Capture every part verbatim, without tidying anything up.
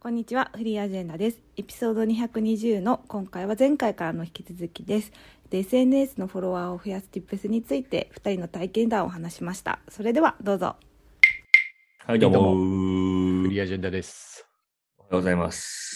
こんにちは、フリーアジェンダです。エピソードにひゃくにじゅうの今回は前回からの引き続きです。で エスエヌエス のフォロワーを増やす Tips についてふたりの体験談を話しました。それではどうぞ。 はい、どうも。 どうもフリーアジェンダです。 おはようございます。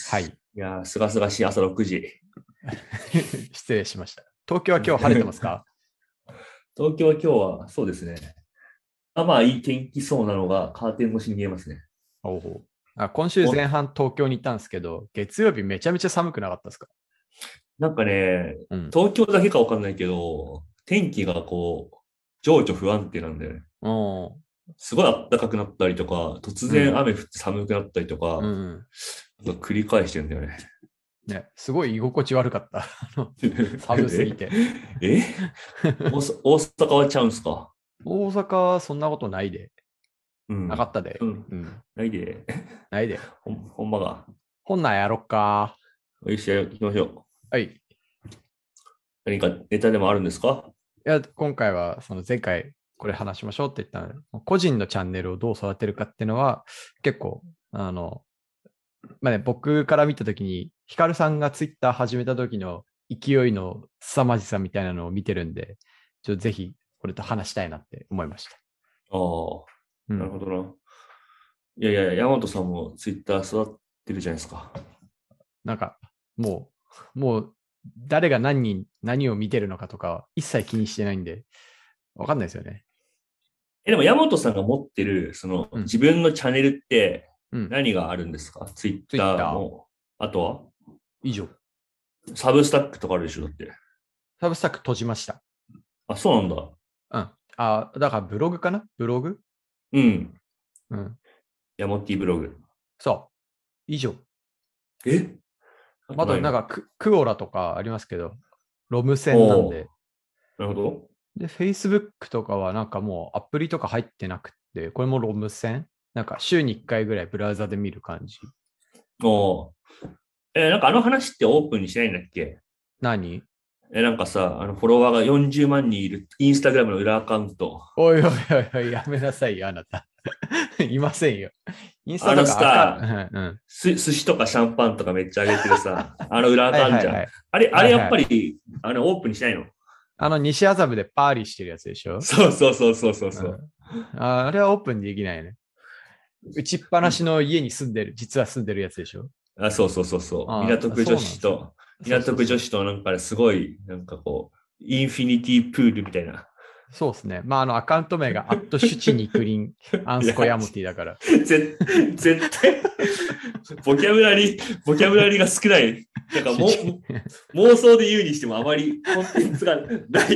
はい。 いやー、すがすがしい朝ろくじ。 失礼しました。東京は今日晴れてますか？ 東京は今日は、そうですね。あまあ、いい天気そうなのがカーテン越しに見えますね。 おうあ今週前半東京に行ったんですけど、月曜日めちゃめちゃ寒くなかったですか？ なんかね、 うん、 東京だけかわかんないけど、天気がこう、情緒不安定なんだよね。 おすごい暖かくなったりとか、突然雨降って寒くなったりとか、 うんうんなんか繰り返してるんだよね。 ね、すごい居心地悪かった。寒すぎて。 ええ大阪はちゃうんすか？ 大阪はそんなことないで。 うん。 なかったで。 うん。 うん、 ないで。 ないで。 ほん、ほんまが。 ほんなんやろっか。 よし、行きましょう。 はい。い何かネタでもあるんですか？ や、今回はその前回これ話しましょうって言ったので、個人のチャンネルをどう育てるかっていうのは結構、あの、まあね、僕から見たときに、ヒカルさんがツイッター始めた時の勢いの凄まじさみたいなのを見てるんで、ちょっとぜひこれと話したいなって思いました。 ああ、 うん、 なるほどな。いやいや、山本さんもツイッター育ってるじゃないですか。 なんか、もう、もう、誰が何人、何を見てるのかとか、一切気にしてないんで、わかんないですよね。 え、でも山本さんが持ってる、その、 うん、 自分のチャンネルってうん。 何があるんですか？ツイッタ Twitter ーも。あとは以上。 サブスタックとかあるでしょだって。 サブスタック閉じました。 あ、そうなんだ。 うん。あ、だからブログかなブログうん。 うん。 ヤモッティブログ。 そう。以上。 えまだなんかク、クオラとかありますけど、ロム線なんで。 なるほど。 で、Facebook とかはなんかもうアプリとか入ってなくて、これもロム線なんか週にいっかいぐらいブラウザで見る感じ。 おえ、なんかあの話ってオープンにしないんだっけ？ 何え、なんかさ、あの、フォロワーがよんじゅうまん人いる、インスタグラムの裏アカウント。 おいおいおいおい、やめなさいよ、あなた。いませんよ。インスタあのとか赤、 さ、 うんうん、 す、寿司とかシャンパンとかめっちゃ上げてるさ、あの裏アはいカウントじゃん。 はいはい。 あれ、あれやっぱはいはい。 り、あの、オープンにしないの？ あの、西麻布でパーリーしてるやつでしょ？ そうそうそうそうそうそう。 うん、ああれはオープンできないよね。打ちっぱなしの家に住んでる、実は住んでるやつでしょ？ あ、そうそうそうそう。 あ港区女子と、港区女子となんかすごい、なんかこう、インフィニティプールみたいな。 そうですね。まあ、あの、アカウント名が、アットシュチニクリン、アンスコヤモティだから。 絶絶対、ボキャブラリー、ボキャブラリーが少ない。なんかも妄想で言うにしてもあまりコンテンツがない。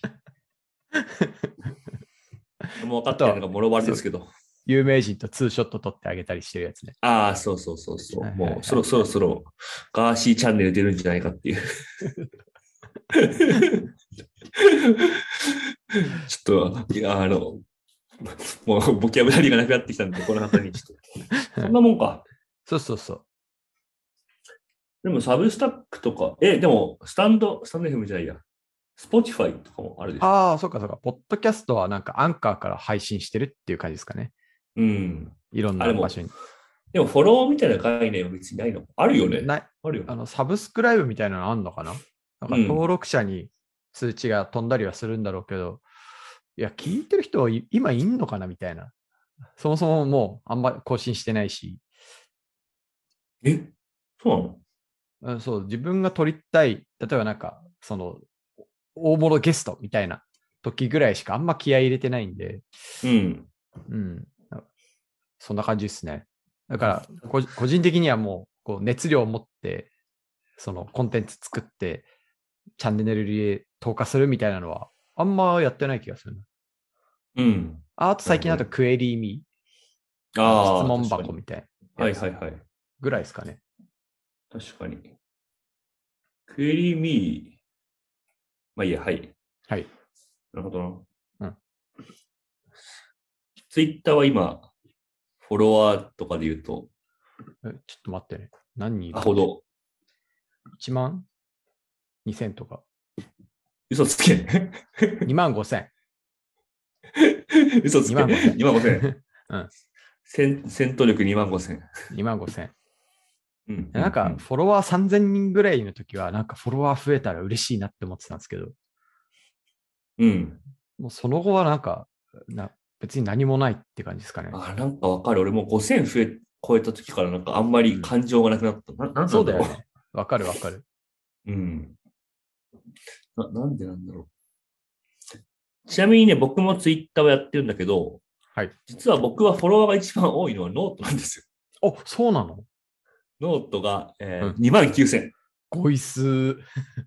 もう分かってるのがもろバレですけど。 有名人とツーショット撮ってあげたりしてるやつね。 ああ、そうそうそうそう。 はいはいはいもうそろそろそろガーシーチャンネル出るんじゃないかっていう。ちょっと、いや、あの、もうボキャブラリーがなくなってきたんで、この辺りにちょっと。そんなもんか。 そうそうそう。 でもサブスタックとか、え、でも、スタンド、スタンド エフエム じゃないや。スポティファイとかもあるでしょ。 ああ、そうかそうか。ポッドキャストはなんかアンカーから配信してるっていう感じですかね。 うん。 いろんな場所に。 でもフォローみたいな概念は別にないの？あるよね。 ない。 あるよ。 あの、サブスクライブみたいなのあんのかな？なんか登録者に通知が飛んだりはするんだろうけど、いや、聞いてる人は今いんのかなみたいな。そもそももうあんま更新してないし。 え、そうなの？ うん、そう、自分が撮りたい、例えばなんか、その、大物ゲストみたいな時ぐらいしかあんま気合い入れてないんで、 うん。 うん。そんな感じですね。だから、個人的にはもう、こう熱量を持って、そのコンテンツ作って、チャンネルで投下するみたいなのは、あんまやってない気がする。 うん。 あ, あと最近だとクエリーミー、 あ質問箱みたいな。 はいはいはい。 ぐらいですかね。 確かに。クエリーミー。まあいいや、はい。 はい。 なるほどな。 うん。 ツイッターは今、フォロワーとかで言うと。 え、ちょっと待ってね。何人いる？ あほど。 いちまんにせんとか。 嘘つけ。 にまんごせん。 嘘つけ。にまんごせん。にまんごせん。 うん。 戦、戦闘力にまんごせん。 にまんごせん。 うんなんか、フォロワーさんぜんにんぐらいの時は、なんかフォロワー増えたら嬉しいなって思ってたんですけど、 うん。 もうその後はなんか、な別に何もないって感じですかね。 あ、なんかわかる。俺もうごせん増え、超えた時からなんかあんまり感情がなくなった。な、なんなんだろう。 そうだよね。わかるわかる。 うん。な、なんでなんだろう。ちなみにね、僕もツイッターをやってるんだけど、 はい。 実は僕はフォロワーが一番多いのはノートなんですよ。 お、そうなの？ ノートが、えーうん。 にまんきゅうせん。 ごいすー。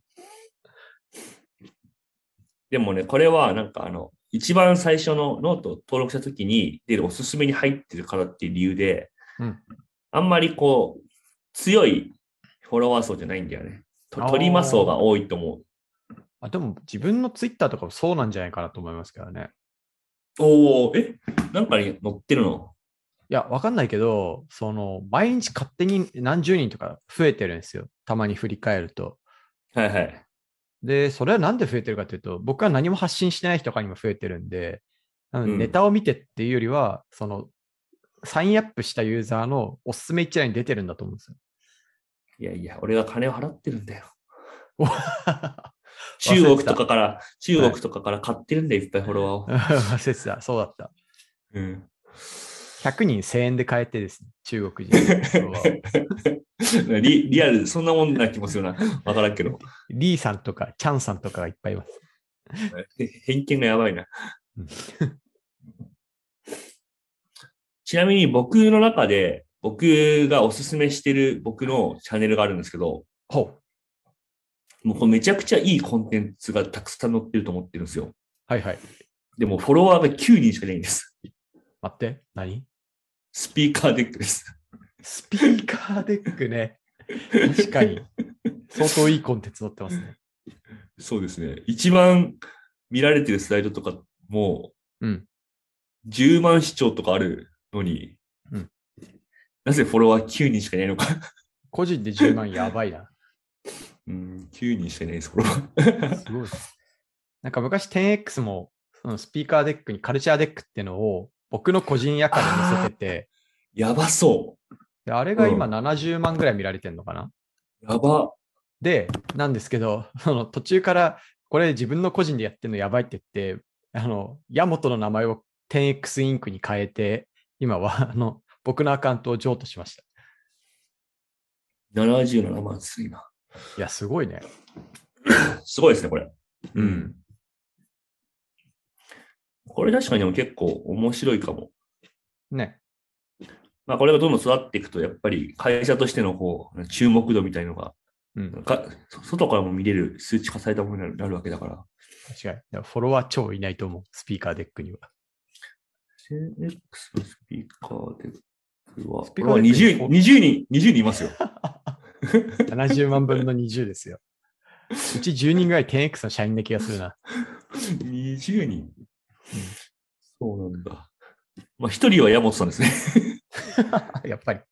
でもね、これはなんかあの、一番最初のノートを登録した時に出るおすすめに入ってるからっていう理由で、 うん。 あんまりこう、強いフォロワー層じゃないんだよね。とトリマ層が多いと思う。 あ、でも自分のツイッターとかもそうなんじゃないかなと思いますけどね。 おー、えなんかに載ってるの？ いや、わかんないけど、その、毎日勝手に何十人とか増えてるんですよ。たまに振り返ると。 はいはい。 で、それはなんで増えてるかというと、僕は何も発信してない人とかにも増えてるんで、あのうんネタを見てっていうよりは、その、サインアップしたユーザーのおすすめ一覧に出てるんだと思うんですよ。 いやいや、俺が金を払ってるんだよ。 忘中国れてた。 とかから、中国とかから買ってるんだよ、いっぱいフォロワーを。 忘れてた。そうだった。 うん。 ひゃくにんせんえんで買えてですね、中国人のフォロワーを。 リリアル、そんなもんな気もするな。わからんけど。 リーさんとかチャンさんとかがいっぱいいます。 偏見がやばいなうん。 ちなみに僕の中で、僕がおすすめしてる僕のチャンネルがあるんですけど、 ほう。 もうこれめちゃくちゃいいコンテンツがたくさん載ってると思ってるんですよ。 はいはい。 でもフォロワーがきゅうにんしかいないんです。 待って。何？ スピーカーデックです。 スピーカーデックね。確かに。相当いいコンテンツ載ってますね。 そうですね。一番見られてるスライドとかもうん。 じゅうまん視聴とかあるのに、 うん、 なぜフォロワーきゅうにんしかいないのか。 個人でじゅうまんやばいな。 うん、きゅうにんしかいないです、フォロワー。 すごい。なんか昔 テンエックス もそのスピーカーデックにカルチャーデックっていうのを僕の個人アカで載せてて、 やばそであれが今うんななじゅうまんぐらい見られてるのかな。 う。やば。 で、なんですけど、その途中からこれ自分の個人でやってるのやばいって言って、あの、ヤモトの名前を テンエックス インクに変えて、今はあの僕のアカウントを譲渡しました。 ななじゅうななまんです、今。 いや、すごいね。 すごいですね、これ。 うん。 これ確かにでも結構面白いかも。 ね。 まあこれがどんどん育っていくと、やっぱり会社としてのこう注目度みたいのが、 うん。 か外からも見れる数値化されたものになるわけだから。 確かに。でもフォロワー超いないと思う。スピーカーデックには。 テンエックス のスピーカーデックは、 スピーカーデックににじゅう、にじゅうにん、にじゅうにんいますよ。 ななじゅうまんぶんのにじゅうですよ。うちじゅうにんぐらい テンエックス の社員な気がするな。 にじゅうにん。そうなんだ。まあ一人は山本さんですね。 やっぱり。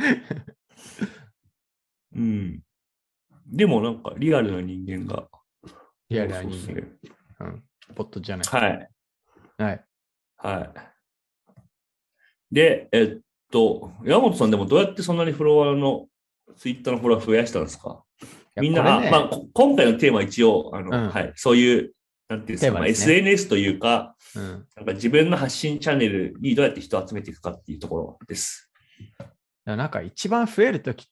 うん。でもなんかリアルな人間が。 リアルな人間。 そうですね。 うん。ボットじゃない。 はい。 はい。 はい。で、えっと、山本さんでもどうやってそんなにフォロワーの、ツイッターのフォロワー増やしたんですか？みんな、 ね、 あ、まあ、今回のテーマは一応、あの、うん、はい、そういう、なんていうんですか、まあ、エスエヌエス というか、うん、なんか自分の発信チャンネルにどうやって人を集めていくかっていうところです。 なんか一番増えるときって、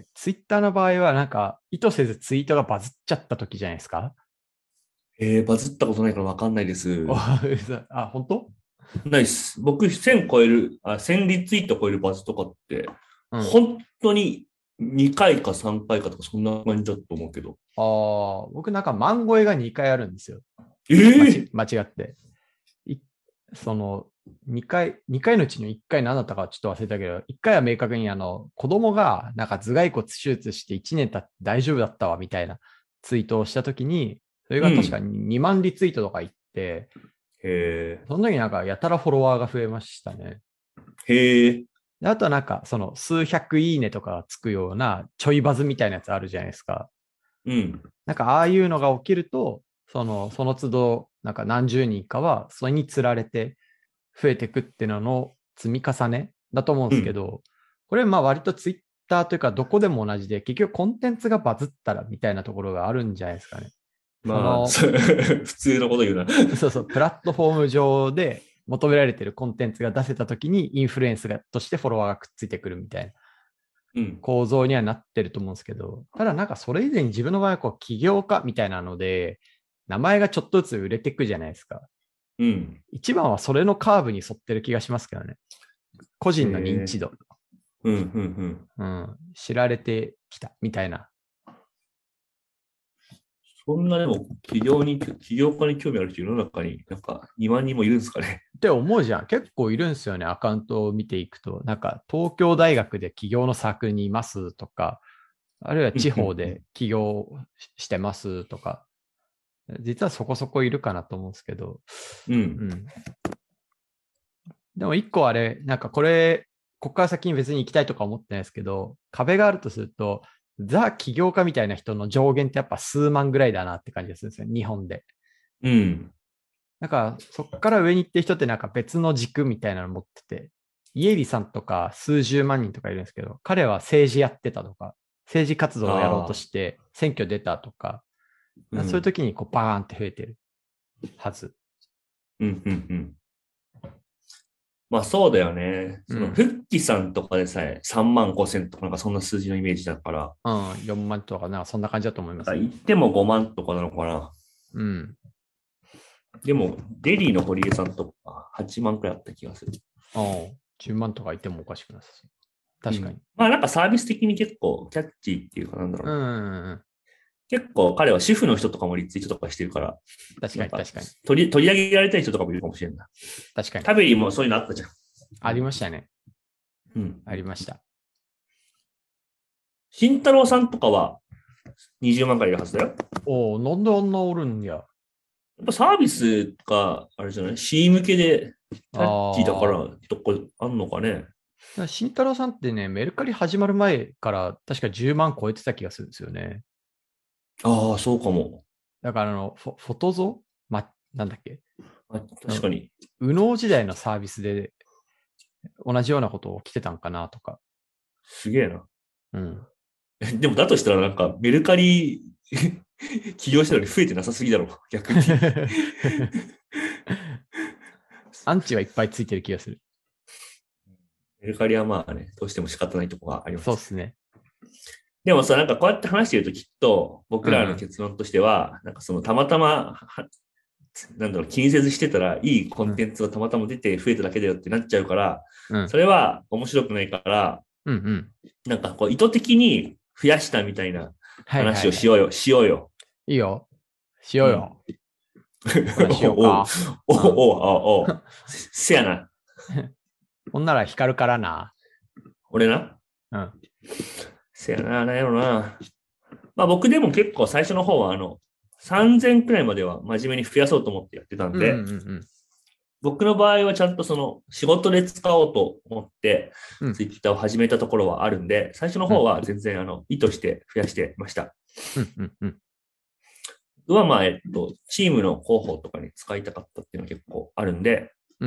ツイッターの場合はなんか意図せずツイートがバズっちゃったときじゃないですか？ えー、バズったことないからわかんないです。 あ、本当？ ないです。僕、せん超える、あ、せんリツイート超えるバズとかって、うん、本当ににかいかさんかいかとかそんな感じだと思うけど。 ああ、僕なんか万超えがにかいあるんですよ。 えー、 間違って。そのにかい、にかいのうちのいっかい何だったかちょっと忘れたけど、いっかいは明確にあの子供がなんか頭蓋骨手術していちねん経って大丈夫だったわみたいなツイートをしたときに、それが確かににまんリツイートとかいって、 うん、へその時なんかやたらフォロワーが増えましたね。 へえ。 あとはなんかその数百いいねとかがつくようなちょいバズみたいなやつあるじゃないですか。 うん。 なんかああいうのが起きると、その、その都度、なんか何十人かはそれにつられて増えていくっていうのの積み重ねだと思うんですけど、うん、これまあ割とツイッターというかどこでも同じで、結局コンテンツがバズったらみたいなところがあるんじゃないですかね。 まあ、 その普通のこと言うな。 そうそう、プラットフォーム上で求められているコンテンツが出せたときに、インフルエンスがとしてフォロワーがくっついてくるみたいなうん。 構造にはなってると思うんですけど、ただなんかそれ以前に自分の場合はこう起業家みたいなので、名前がちょっとずつ売れていくじゃないですか。 うん。 一番はそれのカーブに沿ってる気がしますけどね。個人の認知度。 うん、うん、うん。 うん、知られてきたみたいな。 そんなでも、起業に、起業家に興味ある人世の中になんかにまん人もいるんですかね。 って思うじゃん。結構いるんですよね。アカウントを見ていくと。なんか東京大学で起業のサークルにいますとか、あるいは地方で起業してますとか、実はそこそこいるかなと思うんですけど。 うん。 うん、でも一個あれ、なんかこれ、ここから先に別に行きたいとか思ってないですけど、壁があるとすると、ザ起業家みたいな人の上限ってやっぱ数万ぐらいだなって感じがするんですよ。日本で。 うん。 なんか、そこから上に行ってる人ってなんか別の軸みたいなの持ってて、家入さんとか数十万人とかいるんですけど、彼は政治やってたとか、政治活動をやろうとして選挙出たとか、 うん、 そういう時にこうバーンって増えてるはず。 うん、うん、うん。まあそうだよね。その、 うん、 フッキさんとかでさえさんまんごせんとかなんかそんな数字のイメージだから、 うん、よんまんとかなんかそんな感じだと思います。 なんか言ってもごまんとかなのかな。 うん。 でも、デリーの堀江さんとかはちまんくらいあった気がする。 ああ、じゅうまんとかいてもおかしくないです。確かに。 うんまあなんかサービス的に結構キャッチーっていうかなんだろう。 うん、うんうん、 結構彼は主婦の人とかもリツイートとかしてるから、 確かなんかに確かに。 取り取り上げられたい人とかもいるかもしれんな。 確かに。 タベリーもそういうのあったじゃん。 ありましたね。 うん。 ありました。 慎太郎さんとかはにじゅうまんくらいいるはずだよ。 おお、なんであんなおるんや。 やっぱサービスがあれじゃない ?C 向けでキャッチーだからどこあんのかね。 慎太郎さんってね、メルカリ始まる前から確かじゅうまん超えてた気がするんですよね。 ああ、そうかも。 だからあの、フォフォトゾま、なんだっけあ確かに。 右脳時代のサービスで同じようなことを起きてたんかなとか。 すげえな。 うん。 でもだとしたらなんかメルカリ起業したのに増えてなさすぎだろ。逆に。 アンチはいっぱいついてる気がする。 メルカリはまあね、どうしても仕方ないとこがあります。 そうですね。 でもさ、なんかこうやって話してるときっと僕らの結論としては、うん、なんかそのたまたま、なんだろう、気にせずしてたらいいコンテンツがたまたま出て増えただけだよってなっちゃうから、うん、それは面白くないから、 うんうん、 なんかこう意図的に増やしたみたいな話をしようよ、はいはいはい、しようよ。 いいよ。しようよ。うん、しようか。 おお、おお、おお、せやな。 ほんなら光るからな。 俺な。 うん。 せやな、なんやろな。まあ僕でも結構最初の方はあの、さんぜんくらいまでは真面目に増やそうと思ってやってたんで、 うんうんうん、 僕の場合はちゃんとその仕事で使おうと思って、ツイッターを始めたところはあるんで、うん、最初の方は全然あの、意図して増やしてました。 うんうんうん。 はまあ、えっと、チームの広報とかに使いたかったっていうのは結構あるんで、 うん。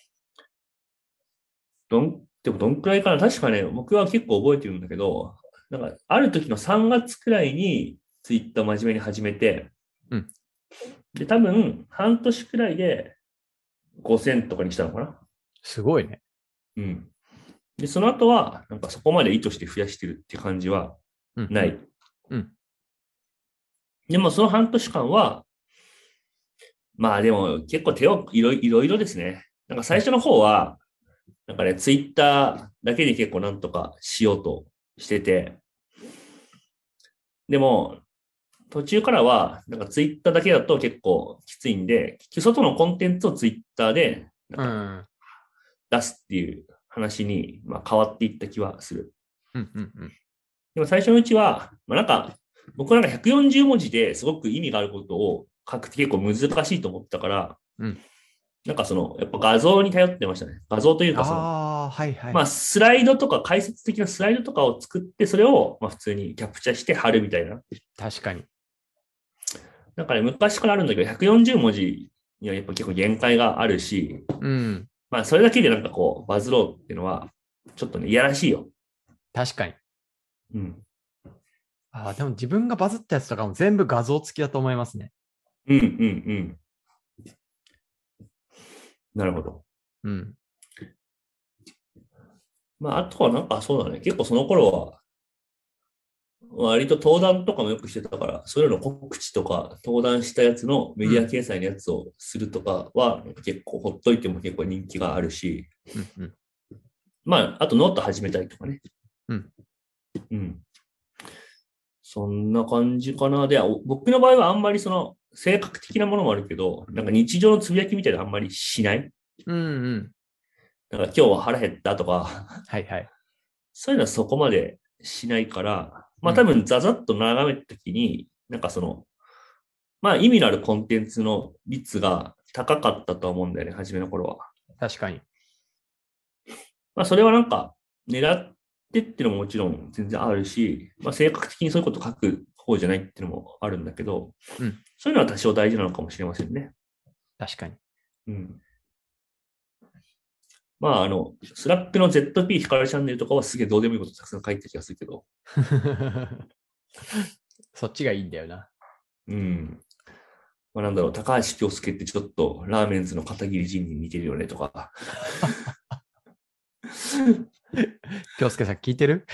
どん、でもどんくらいかな確かね、僕は結構覚えてるんだけど、なんか、ある時のさんがつくらいにツイッター真面目に始めて、 うん。 で、多分、半年くらいでごせんとかにしたのかな。 すごいね。 うん。で、その後は、なんかそこまで意図して増やしてるって感じはない。 うん。うん、 でも、その半年間は、まあでも結構手をいろいろいろですね。なんか最初の方は、なんかね、ツイッターだけで結構なんとかしようとしてて、でも、途中からは、なんかツイッターだけだと結構きついんで、外のコンテンツをツイッターでなんか出すっていう話にまあ変わっていった気はする。 うんうんうん、 でも最初のうちは、まあ、なんか、僕はなんかひゃくよんじゅうもじですごく意味があることを書くって結構難しいと思ったから、 うん、 なんかその、やっぱ画像に頼ってましたね。画像というかその、 あ、はいはい、 まあスライドとか解説的なスライドとかを作って、それをまあ普通にキャプチャーして貼るみたいな。 確かに。 なんかね、昔からあるんだけど、ひゃくよんじゅうもじにはやっぱ結構限界があるし、 うん。 まあそれだけでなんかこう、バズろうっていうのは、ちょっとね、いやらしいよ。 確かに。 うん。 ああ、でも自分がバズったやつとかも全部画像付きだと思いますね。 うんうんうん。なるほど。 うん。 まあ、あとはなんかそうだね。結構その頃は、割と登壇とかもよくしてたから、そういうの告知とか、登壇したやつのメディア掲載のやつをするとかは、結構ほっといても結構人気があるし、 うんうん。 まあ、あとノート始めたりとかね。 うん。 うん。そんな感じかな。で、僕の場合はあんまりその、性格的なものもあるけど、なんか日常のつぶやきみたいなのあんまりしない。 うんうん。 なんか今日は腹減ったとか、 はいはい。 そういうのはそこまでしないから、まあうん多分ザザッと眺めたときに、なんかその、まあ意味のあるコンテンツの率が高かったと思うんだよね、初めの頃は。 確かに。 まあそれはなんか狙ってっていうのももちろん全然あるし、まあ性格的にそういうこと書く方じゃないっていうのもあるんだけど、 うん。 そういうのは多少大事なのかもしれませんね。 確かに。 うん。まああの、スラックの ゼットピー ヒカルチャンネルとかはすげえどうでもいいことたくさん書いてた気がするけど。 そっちがいいんだよな。 うん。まあ、なんだろう、高橋京介ってちょっとラーメンズの片桐仁に似てるよねとか。 京介さん聞いてる？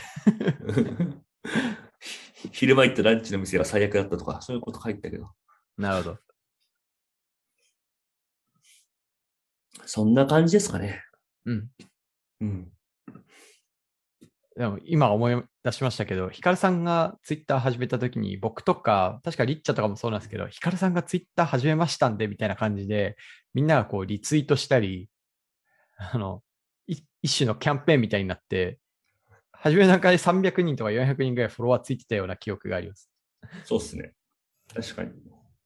昼間行ったランチの店が最悪だったとか、そういうこと書いてたけど。 なるほど。 そんな感じですかね。 うん。 うん。 でも今思い出しましたけど、ヒカルさんがツイッター始めたときに、僕とか、確かリッチャとかもそうなんですけど、ヒカルさんがツイッター始めましたんで、みたいな感じで、みんながこうリツイートしたり、あの、い一種のキャンペーンみたいになって、初めの段階でさんびゃくにんとかよんひゃくにんぐらいフォロワーついてたような記憶があります。 そうっすね。確かに。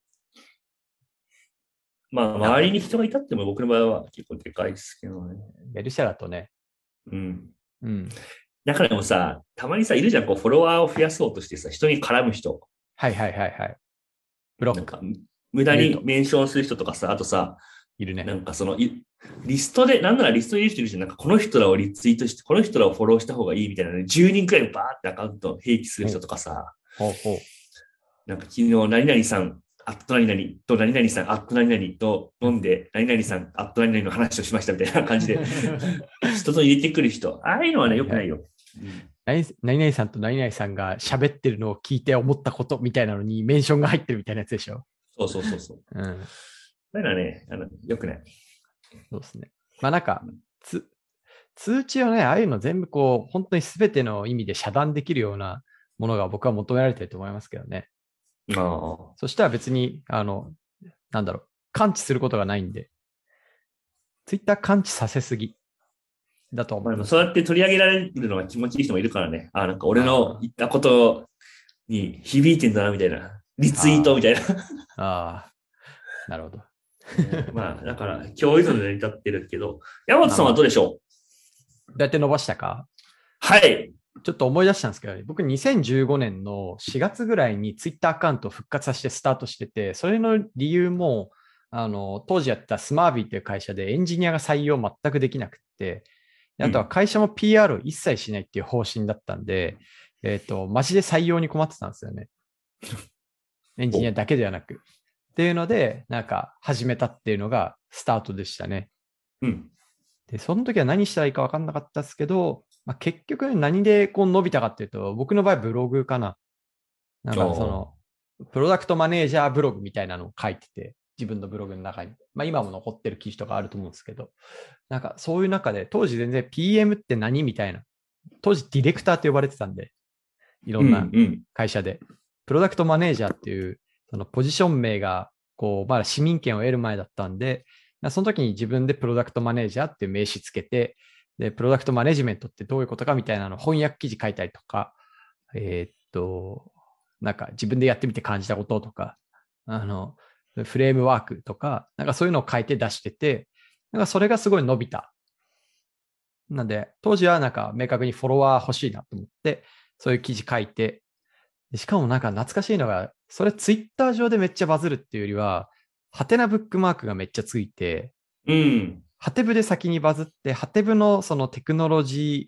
まあ、周りに人がいたっても僕の場合は結構でかいですけどね。 ベルシャラとね。 うん。 うん。 だからでもさ、たまにさ、いるじゃん、こう、フォロワーを増やそうとしてさ、人に絡む人。 はいはいはいはい。ブロック。 なんか、無駄にメンションする人とかさ、あとさ、 いるね。 なんかその、リストで、なんならリストでいる人いるじゃん。なんかこの人らをリツイートして、この人らをフォローした方がいいみたいなね、じゅうにんくらいバーってアカウントを併記する人とかさ、 ほうほう。 なんか昨日、何々さん、アット何々と何々さん、アット何々と飲んで、何々さん、アット何々の話をしましたみたいな感じで、人と入れてくる人。ああいうのはね、良くないよ。 何々さんと何々さんが喋ってるのを聞いて思ったことみたいなのにメンションが入ってるみたいなやつでしょ。 そうそうそうそう。 うん。 そういうのはね、あの良くない。 そうですね。まあなんか、つ通知をね、ああいうの全部こう、本当に全ての意味で遮断できるようなものが僕は求められてると思いますけどね。 ああ。 そしたら別に、あの、なんだろう、感知することがないんで、ツイッター感知させすぎだと思まあ、 います。 そうやって取り上げられるのが気持ちいい人もいるからね。ああ、なんか俺の言ったことに響いてんだな、みたいな。リツイートみたいな。 ああ、なるほど。 まあ、だから、今日以上で成り立ってるけど、山本さんはどうでしょう？ どうやって伸ばしたか？ はい。 ちょっと思い出したんですけど、ね、僕にせんじゅうごねんのしがつぐらいにツイッターアカウントを復活させてスタートしてて、それの理由も、あの、当時やったスマービーっていう会社でエンジニアが採用全くできなくて、あとは会社も ピーアール を一切しないっていう方針だったんで、えっと、マジで採用に困ってたんですよね。エンジニアだけではなく。っていうので、なんか始めたっていうのがスタートでしたね。 うん。 で、その時は何したらいいか分かんなかったですけど、まあ、結局何でこう伸びたかっていうと、僕の場合ブログかな。なんかその、プロダクトマネージャーブログみたいなのを書いてて、自分のブログの中に。まあ今も残ってる記事とかあると思うんですけど、なんかそういう中で、当時全然 ピーエム って何みたいな。当時ディレクターって呼ばれてたんで、いろんな会社で。うんうん、プロダクトマネージャーっていう、そのポジション名が、こう、まだ市民権を得る前だったんで、その時に自分でプロダクトマネージャーっていう名詞つけて、で、プロダクトマネジメントってどういうことかみたいなの翻訳記事書いたりとか、えー、っと、なんか自分でやってみて感じたこととか、あの、フレームワークとか、なんかそういうのを書いて出してて、なんかそれがすごい伸びた。なんで、当時はなんか明確にフォロワー欲しいなと思って、そういう記事書いて、しかもなんか懐かしいのが、それツイッター上でめっちゃバズるっていうよりは、ハテナブックマークがめっちゃついて、 うん。 ハテブで先にバズって、ハテブのそのテクノロジ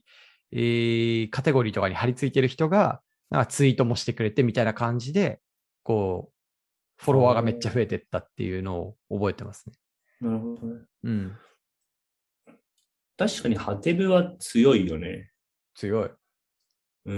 えーカテゴリーとかに貼り付いてる人が、なんかツイートもしてくれてみたいな感じで、こう、フォロワーがめっちゃ増えてったっていうのを覚えてますね。 なるほどね。 うん。 確かにハテブは強いよね。 強い。 うん。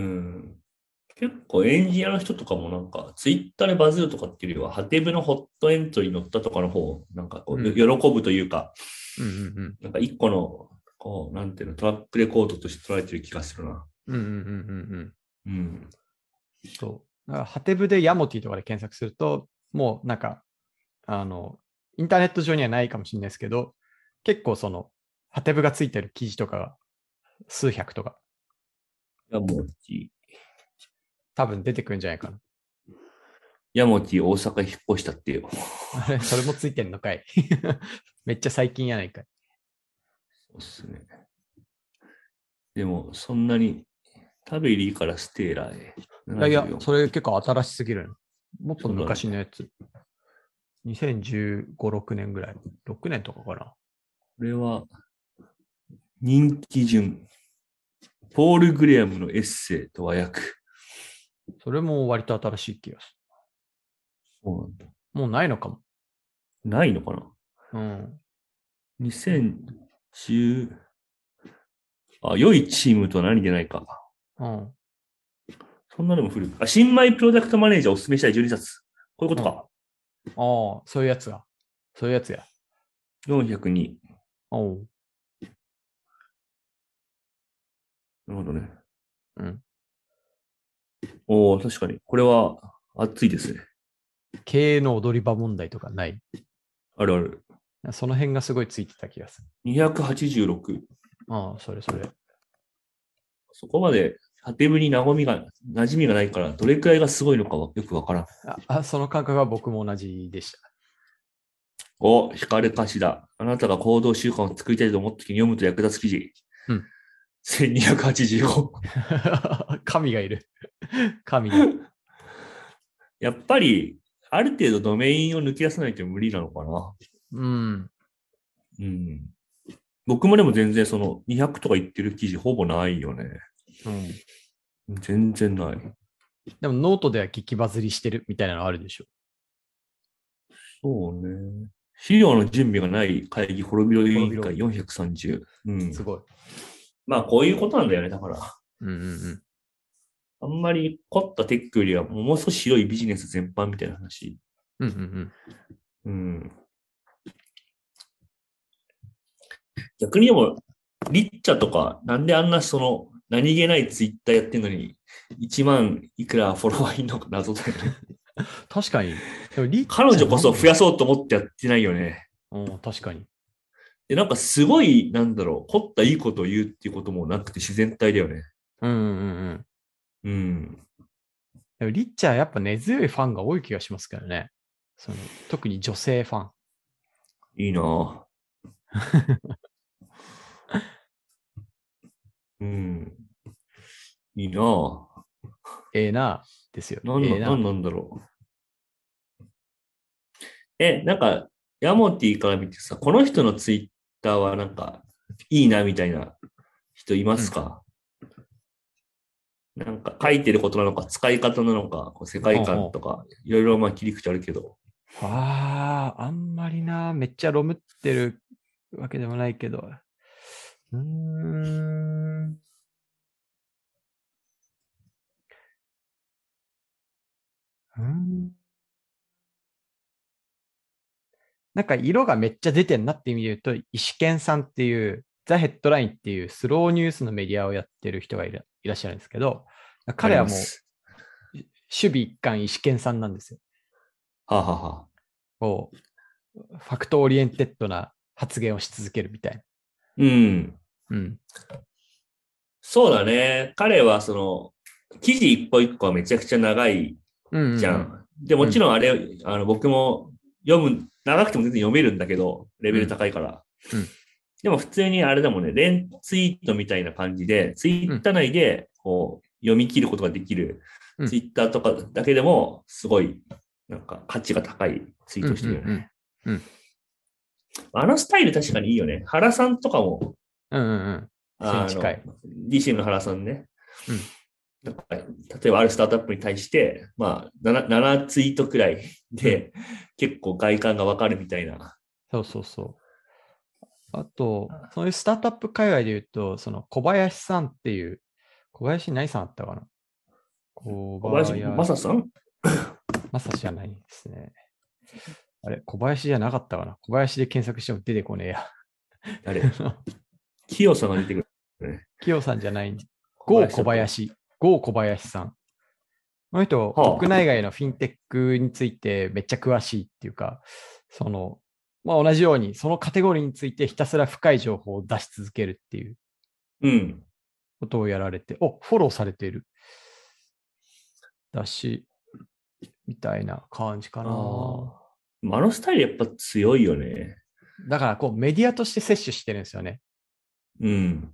結構エンジニアの人とかもなんか、ツイッターでバズるとかっていうよりは、ハテブのホットエントリー乗ったとかの方、なんかこう、 うん喜ぶというか、 うんうんうん。 なんか一個の、こう、なんていうの、トラックレコードとして捉えてる気がするな。 うんうんうんうんうん。 うん。 そう。だからハテブでヤモティとかで検索すると、もうなんか、あの、インターネット上にはないかもしれないですけど、結構その、ハテブがついてる記事とかが数百とかヤモティ、 多分出てくるんじゃないかな。 ヤモティ大阪引っ越したってよ。 あれ、それもついてんのかい。めっちゃ最近やないかい。 そうっすね。でも、そんなに、タベリーからステーラーへ。 いやいやななじゅうよん、 それ結構新しすぎるの。もっとそうなんだ昔のやつ。にせんじゅうご、ろくねんぐらい。ろくねんとかかな。 これは、人気順。ポール・グレアムのエッセイと和訳。 それも割と新しい気がすそうなんだ。 る。もうないのかも。 ないのかなうん。 にせんじゅう、あ、良いチームとは何でないか。 うん。 そんなのも古く。あ、新米プロダクトマネージャーおすすめしたいじゅうにさつ。こういうことか。 ああ、そういうやつが。そういうやつや。 よんひゃくに。 おう。 なるほどね。 うん。 おお、確かに。これは熱いですね。 経営の踊り場問題とかない。 あるある。 その辺がすごいついてた気がする。 にひゃくはちじゅうろく。 ああ、それそれ。 そこまで、ハテブに和みが、馴染みがないから、どれくらいがすごいのかはよくわからん。 ああ、その感覚は僕も同じでした。 お、光る歌詞だ。あなたが行動習慣を作りたいと思った時に読むと役立つ記事。 うん。 せんにひゃくはちじゅうご。 神がいる。神が。 やっぱり、ある程度ドメインを抜き出さないと無理なのかな。 うん。 うん。僕もでも全然そのにひゃくとか言ってる記事ほぼないよね。 うん。 全然ない。 でもノートでは激バズりしてるみたいなのあるでしょ。 そうね。資料の準備がない会議滅びろ委員会よんひゃくさんじゅう。うん。 すごい。 まあこういうことなんだよね、だから。 うんうんうん。 あんまり凝ったテックよりはもう少し広いビジネス全般みたいな話。 うんうんうん。 うん。逆にでも、リッチャとか、なんであんなその、何気ないツイッターやってんのに、いちまんいくらフォロワーいんのか謎だよね。 確かに。でもリッチャ彼女こそ増やそうと思ってやってないよね。 うん、確かに。 で、なんかすごい、なんだろう、凝ったいいことを言うっていうこともなくて自然体だよね。 うんうんうん。 うん。 でもリッチャーやっぱ根強いファンが多い気がしますからね。その特に女性ファン。 いいなぁ。うん。いいなぁ。 ええなですよ。 なんな、 ええな。 なんなんだろう。え、なんか、ヤモティから見てさ、この人のツイッターはなんか、いいなみたいな人いますか、なんか書いてることなのか、使い方なのか、こう世界観とか、いろいろまあ切り口あるけど。 ああ、あんまりな。めっちゃロムってるわけでもないけど。うーん。うーん。なんか色がめっちゃ出てんなって意味で言うと、石健さんっていう、ザ・ヘッドラインっていうスローニュースのメディアをやってる人がいらいらっしゃるんですけど、彼はもう、守備一貫石健さんなんですよ。 はあ、はあはあ、 こう、ファクトオリエンテッドな発言をし続けるみたいな。 うん。 うん。 そうだね。彼はその、記事一個一個はめちゃくちゃ長いうんじゃん。うんうん、で、もちろんあれ、うん、あの僕も読む、長くても全然読めるんだけど、レベル高いから。 うんうん、 でも普通にあれだもんね、連ツイートみたいな感じで、ツイッター内でこう読み切ることができる、うん、ツイッターとかだけでも、すごい、なんか価値が高いツイートしてるよね。 うんうんうん、 あのスタイル確かにいいよね。原さんとかも、 うんうんうん、 あの、 近い。 ディーシー の原さんね。 うん。 なんか例えばあるスタートアップに対して、まあ7、ななツイートくらいで、うん、結構外観がわかるみたいな。 そうそうそう。あと、そういうスタートアップ界隈で言うと、その小林さんっていう、小林何さんあったかな小林正さん正じゃないですね。あれ、小林じゃなかったかな小林で検索しても出てこねえや。 あれ清さんが出てくる、ね。 清さんじゃない。郷小林。郷小林さん。この人、はあ、国内外のフィンテックについてめっちゃ詳しいっていうか、その、まあ同じように、そのカテゴリーについてひたすら深い情報を出し続けるっていう、 うん。 ことをやられて、お、フォローされている。だし、みたいな感じかな。あのスタイルやっぱ強いよね。 だから、こう、メディアとして摂取してるんですよね。 うん。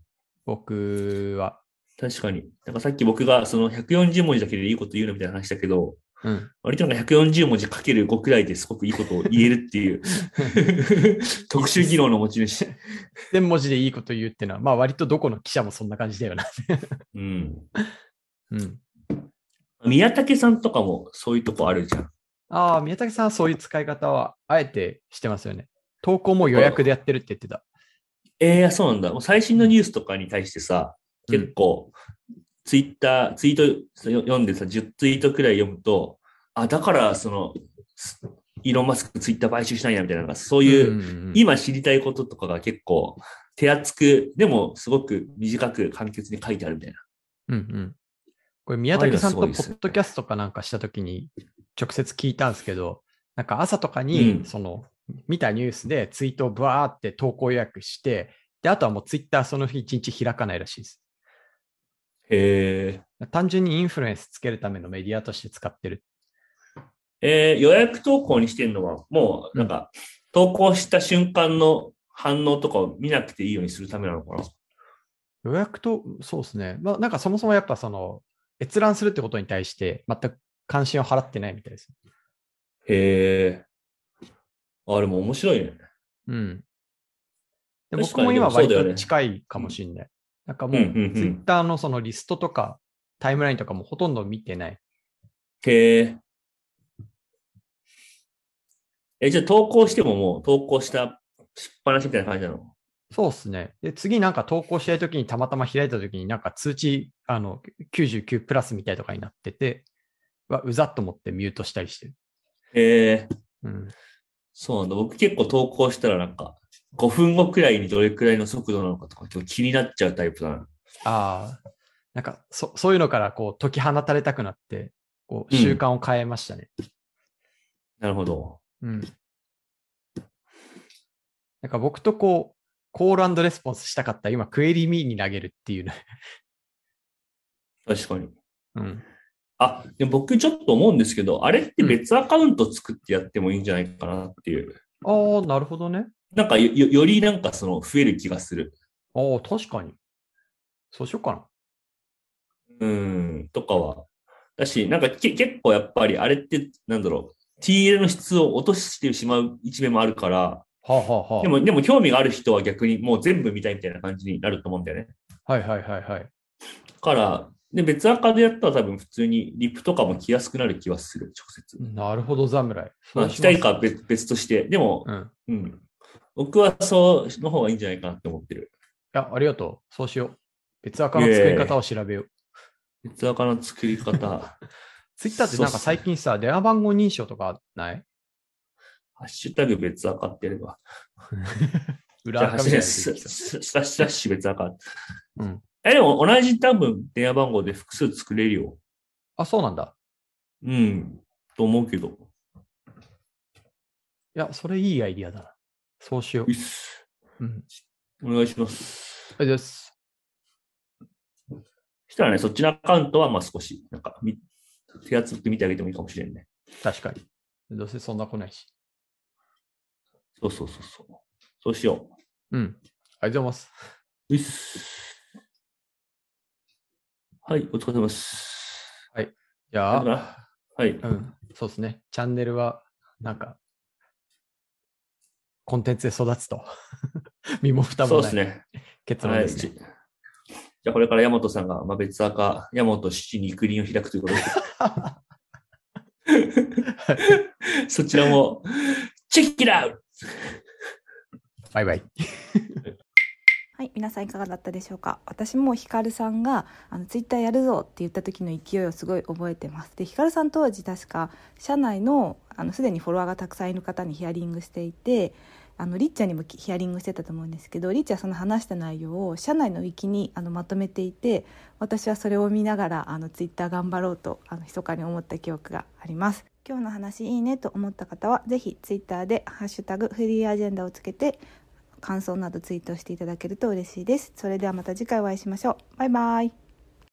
僕は。 確かに。なんかさっき僕がそのひゃくよんじゅう文字だけでいいこと言うのみたいな話だけど、 うん、 割となんかひゃくよんじゅう文字かけるごくらいですごくいいことを言えるっていう特殊技能の持ち主。 せん文字でいいこと言うっていうのは、まあ割とどこの記者もそんな感じだよな。 うん。 うん。 宮武さんとかもそういうとこあるじゃん。 ああ、宮武さんはそういう使い方はあえてしてますよね。投稿も予約でやってるって言ってた。 ええー、そうなんだ。もう最新のニュースとかに対してさ、うん、結構、ツイッター、ツイート読んでさ、じゅうツイートくらい読むと、あ、だからその、イーロン・マスクツイッター買収したんやみたいな、そういう、うんうんうん、今知りたいこととかが結構手厚く、でもすごく短く簡潔に書いてあるみたいな。 うんうん。これ宮武さんとポッドキャストかなんかしたときに直接聞いたんですけど、なんか朝とかに、その、見たニュースでツイートをブワーって投稿予約して、で、あとはもうツイッターその日一日開かないらしいです。 へえ。 単純にインフルエンスつけるためのメディアとして使ってる。 えー、予約投稿にしてるのは、もう、なんか、うん、投稿した瞬間の反応とかを見なくていいようにするためなのかな。 予約と、そうですね。まあ、なんかそもそもやっぱその、閲覧するってことに対して全く関心を払ってないみたいです。 へえ。あ、でも面白いね。 うん。で僕も今割と近いかもしれない。ね、なんかもう、ツイッターのそのリストとか、タイムラインとかもほとんど見てない。 へえ。え、じゃあ投稿してももう投稿したしっぱなしみたいな感じなの？ そうっすね。で、次なんか投稿したいときにたまたま開いたときになんか通知、あの、きゅうじゅうきゅうプラスみたいとかになってて、わうざっと思ってミュートしたりしてる。 へえ。 うん。 そうなんだ。僕結構投稿したらなんか、ごふんごくらいにどれくらいの速度なのかとか結構気になっちゃうタイプだな。 ああ。なんか、そ、そういうのからこう解き放たれたくなって、こう習慣を変えましたね。 うん、なるほど。 うん。なんか僕とこう、コール&レスポンスしたかったら今、クエリミーに投げるっていうね。 確かに。 うん。 あ、で僕ちょっと思うんですけど、あれって別アカウント作ってやってもいいんじゃないかなっていう。 うん、ああ、なるほどね。 なんかよ、よりなんかその増える気がする。 ああ、確かに。そうしようかな。 うん、とかは。だし、なんかけ結構やっぱりあれって、なんだろう、ティーエル の質を落としてしまう一面もあるから、はあはあはあ、 でも、でも興味がある人は逆にもう全部見たいみたいな感じになると思うんだよね。 はいはいはいはい。 から、で、別アカでやったら多分普通にリプとかも来やすくなる気はする、直接。 なるほど、侍。 まあ、来たいかは別別として。でも、うん、うん。僕はそうの方がいいんじゃないかなって思ってる。 いや、ありがとう。そうしよう。別アカの作り方を調べよう。 別アカの作り方。 ツイッターってなんか最近さ、電話番号認証とかないハッシュタグ別アカってやれば。 裏アカみたいなスラッシュラッシュ別アカ。 うん。 え、でも同じ多分電話番号で複数作れるよ。 あ、そうなんだ。 うん。と思うけど。 いや、それいいアイディアだな。そうしよう。 うん。お願いします。 はいです。 そしたらね、そっちのアカウントはまあ少し、なんか、手厚く見てあげてもいいかもしれんね。 確かに。どうせそんな来ないし。 そうそうそうそう。そうしよう。うん。ありがとうございます。 うっす。はい、お疲れ様です。 はい。じゃあ、はい。 うん。そうですね。チャンネルは、なんか、コンテンツで育つと。身も蓋もない。 そうですね。 結論ですね。 じゃあこれから山本さんが、まあ、別赤、山本七にクリーンを開くということで。そちらも、チェックイットアウトバイバイ。 はい、皆さんいかがだったでしょうか。私もヒカルさんがあのツイッターやるぞって言った時の勢いをすごい覚えてます。でヒカルさん当時確か社内のあのすでにフォロワーがたくさんいる方にヒアリングしていて、あのリッチャーにもヒアリングしてたと思うんですけど、リッチャーはその話した内容を社内のウィキにあのまとめていて、私はそれを見ながらあのツイッター頑張ろうとあの密かに思った記憶があります。今日の話いいねと思った方はぜひツイッターでハッシュタグフリーアジェンダをつけて感想などツイートしていただけると嬉しいです。それではまた次回お会いしましょう。バイバイ。